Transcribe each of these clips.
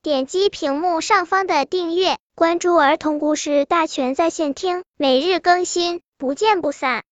点击屏幕上方的订阅，关注儿童故事大全在线听，每日更新，不见不散。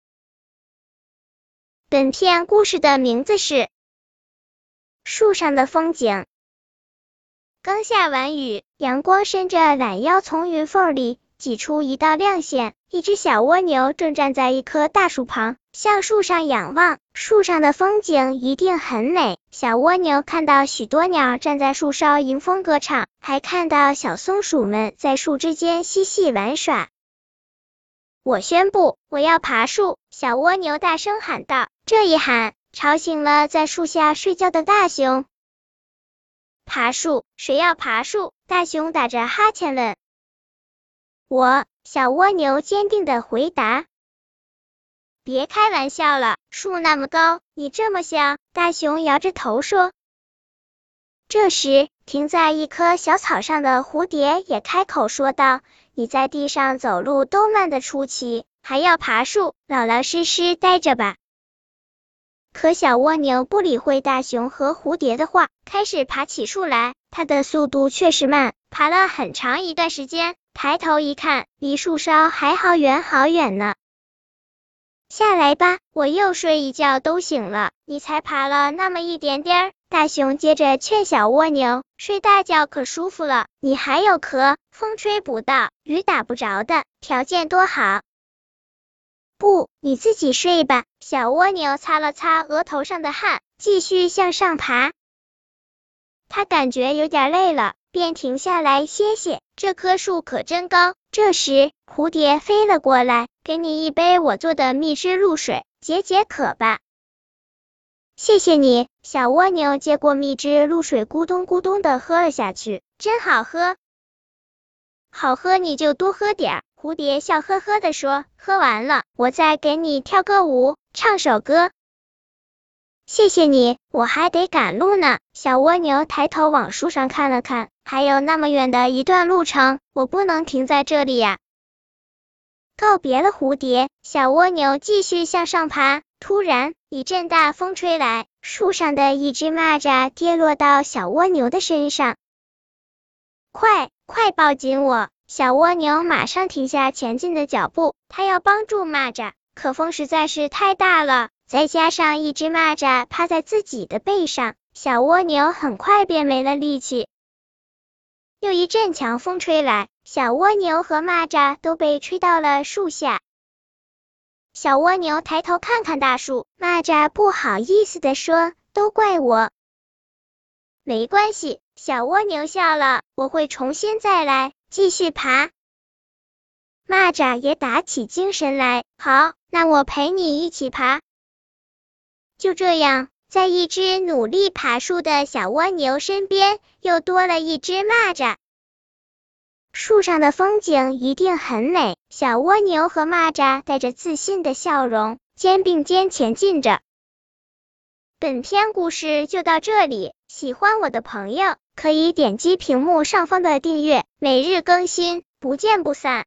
本片故事的名字是树上的风景。刚下完雨，阳光伸着懒腰从云缝里挤出一道亮线，一只小蜗牛正站在一棵大树旁，向树上仰望。树上的风景一定很美。小蜗牛看到许多鸟站在树梢迎风歌唱，还看到小松鼠们在树枝间嬉戏玩耍。我宣布，我要爬树！小蜗牛大声喊道。这一喊，吵醒了在树下睡觉的大熊。爬树？谁要爬树？大熊打着哈欠问。我，小蜗牛坚定地回答。别开玩笑了，树那么高，你这么小，大熊摇着头说。这时，停在一棵小草上的蝴蝶也开口说道，你在地上走路都慢得出奇，还要爬树，老老实实待着吧。可小蜗牛不理会大熊和蝴蝶的话，开始爬起树来。它的速度确实慢，爬了很长一段时间，抬头一看，离树梢还好远好远呢。下来吧，我又睡一觉都醒了，你才爬了那么一点点。大熊接着劝小蜗牛，睡大觉可舒服了，你还有壳，风吹不到，雨打不着的，条件多好。不，你自己睡吧。小蜗牛擦了擦额头上的汗，继续向上爬。它感觉有点累了，便停下来歇歇。这棵树可真高。这时，蝴蝶飞了过来，给你一杯我做的蜜汁露水，解解渴吧。谢谢你。小蜗牛接过蜜汁露水，咕咚咕咚地喝了下去，真好喝。好喝你就多喝点。蝴蝶笑呵呵地说，喝完了，我再给你跳个舞，唱首歌。谢谢你，我还得赶路呢。小蜗牛抬头往树上看了看，还有那么远的一段路程，我不能停在这里呀。告别了蝴蝶，小蜗牛继续向上爬。突然，一阵大风吹来，树上的一只蚂蚱跌落到小蜗牛的身上。快抱紧我！小蜗牛马上停下前进的脚步，它要帮助蚂蚱，可风实在是太大了，再加上一只蚂蚱趴在自己的背上，小蜗牛很快便没了力气。又一阵强风吹来，小蜗牛和蚂蚱都被吹到了树下。小蜗牛抬头看看大树，蚂蚱不好意思地说，都怪我。没关系，小蜗牛笑了，我会重新再来，继续爬。蚂蚱也打起精神来，好，那我陪你一起爬。就这样，在一只努力爬树的小蜗牛身边，又多了一只蚂蚱。树上的风景一定很美，小蜗牛和蚂蚱带着自信的笑容，肩并肩前进着。本篇故事就到这里，喜欢我的朋友可以点击屏幕上方的订阅，每日更新，不见不散。